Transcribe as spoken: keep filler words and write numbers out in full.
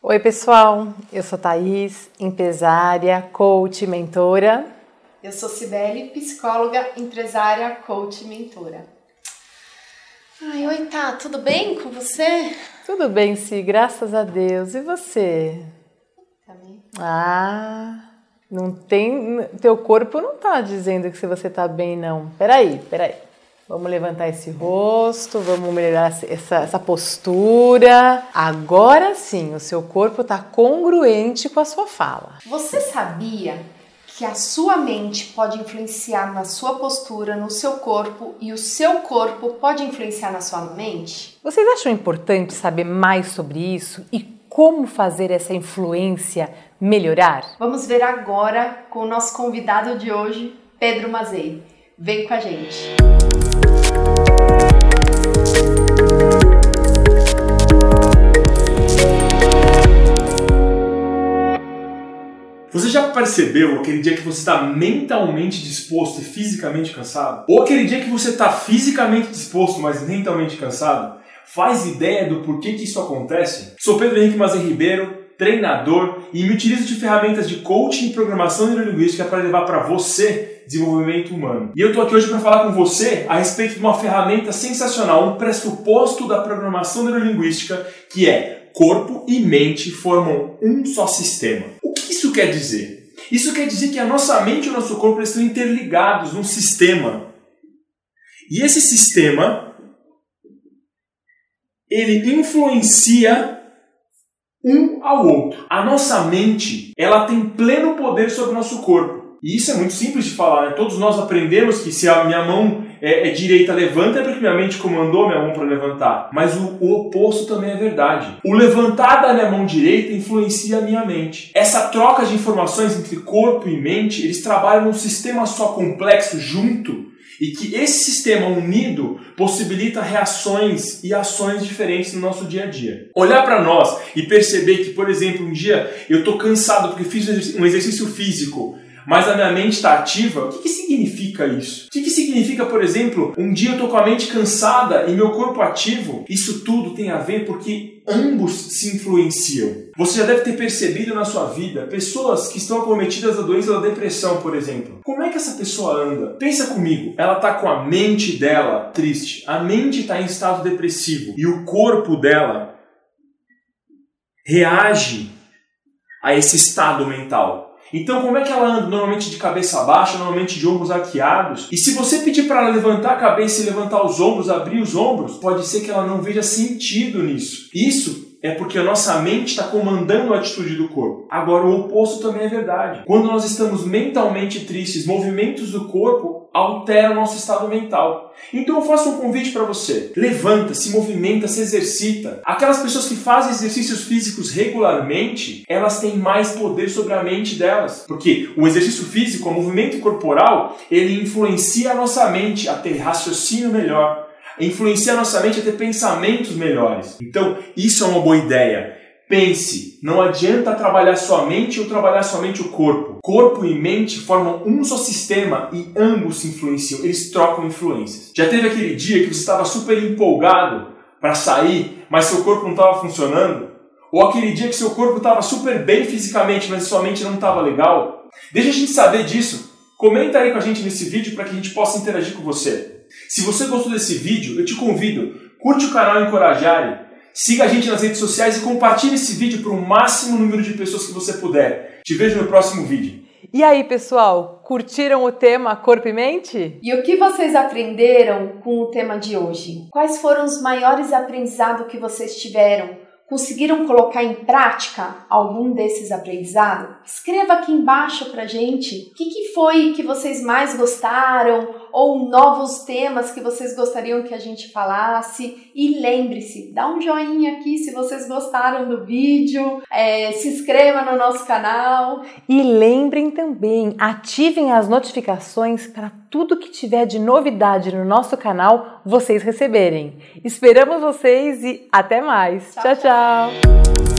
Oi pessoal, eu sou Thaís, empresária, coach, mentora. Eu sou Cibele, psicóloga, empresária, coach, mentora. Ai, oi Tá, tudo bem com você? Tudo bem, Si, graças a Deus. E você? Também. Ah, não tem... Teu corpo não tá dizendo que se você tá bem, não. Peraí, peraí. Vamos levantar esse rosto, vamos melhorar essa, essa postura. Agora sim, o seu corpo está congruente com a sua fala. Você sabia que a sua mente pode influenciar na sua postura, no seu corpo, e o seu corpo pode influenciar na sua mente? Vocês acham importante saber mais sobre isso e como fazer essa influência melhorar? Vamos ver agora com o nosso convidado de hoje, Pedro Mazei. Vem com a gente! Você já percebeu aquele dia que você está mentalmente disposto e fisicamente cansado? Ou aquele dia que você está fisicamente disposto, mas mentalmente cansado? Faz ideia do porquê que isso acontece? Sou Pedro Henrique Mazei Ribeiro, treinador, e me utilizo de ferramentas de coaching e programação neurolinguística para levar para você desenvolvimento humano. E eu estou aqui hoje para falar com você a respeito de uma ferramenta sensacional, um pressuposto da programação neurolinguística, que é corpo e mente formam um só sistema. O que isso quer dizer? Isso quer dizer que a nossa mente e o nosso corpo estão interligados num sistema. E esse sistema, ele influencia um ao outro. A nossa mente, ela tem pleno poder sobre o nosso corpo. E isso é muito simples de falar, né? Todos nós aprendemos que se a minha mão é, é direita levanta, é porque minha mente comandou minha mão para levantar. Mas o, o oposto também é verdade. O levantar da minha mão direita influencia a minha mente. Essa troca de informações entre corpo e mente, eles trabalham num sistema só complexo junto, e que esse sistema unido possibilita reações e ações diferentes no nosso dia a dia. Olhar para nós e perceber que, por exemplo, um dia eu estou cansado porque fiz um exercício físico, mas a minha mente está ativa. O que, que significa isso? O que, que significa, por exemplo, um dia eu estou com a mente cansada e meu corpo ativo? Isso tudo tem a ver porque ambos se influenciam. Você já deve ter percebido na sua vida pessoas que estão acometidas da doença da depressão, por exemplo. Como é que essa pessoa anda? Pensa comigo. Ela está com a mente dela triste. A mente está em estado depressivo. E o corpo dela reage a esse estado mental. Então, como é que ela anda? Normalmente de cabeça baixa, normalmente de ombros arqueados. E se você pedir para ela levantar a cabeça e levantar os ombros, abrir os ombros, pode ser que ela não veja sentido nisso. Isso é porque a nossa mente está comandando a atitude do corpo. Agora, o oposto também é verdade. Quando nós estamos mentalmente tristes, movimentos do corpo alteram o nosso estado mental. Então eu faço um convite para você. Levanta, se movimenta, se exercita. Aquelas pessoas que fazem exercícios físicos regularmente, elas têm mais poder sobre a mente delas. Porque o exercício físico, o movimento corporal, ele influencia a nossa mente a ter raciocínio melhor. Influencia a nossa mente a ter pensamentos melhores. Então, isso é uma boa ideia. Pense, não adianta trabalhar sua mente ou trabalhar somente o corpo. Corpo e mente formam um só sistema e ambos se influenciam, eles trocam influências. Já teve aquele dia que você estava super empolgado para sair, mas seu corpo não estava funcionando? Ou aquele dia que seu corpo estava super bem fisicamente, mas sua mente não estava legal? Deixa a gente saber disso. Comenta aí com a gente nesse vídeo para que a gente possa interagir com você. Se você gostou desse vídeo, eu te convido, curte o canal Encorajare, siga a gente nas redes sociais e compartilhe esse vídeo para o máximo número de pessoas que você puder. Te vejo no próximo vídeo. E aí, pessoal, curtiram o tema Corpo e Mente? E o que vocês aprenderam com o tema de hoje? Quais foram os maiores aprendizados que vocês tiveram? Conseguiram colocar em prática algum desses aprendizados? Escreva aqui embaixo pra gente o que, que foi que vocês mais gostaram ou novos temas que vocês gostariam que a gente falasse. E lembre-se, dá um joinha aqui se vocês gostaram do vídeo, é, se inscreva no nosso canal. E lembrem também, ativem as notificações para tudo que tiver de novidade no nosso canal vocês receberem. Esperamos vocês e até mais. Tchau, tchau! Tchau.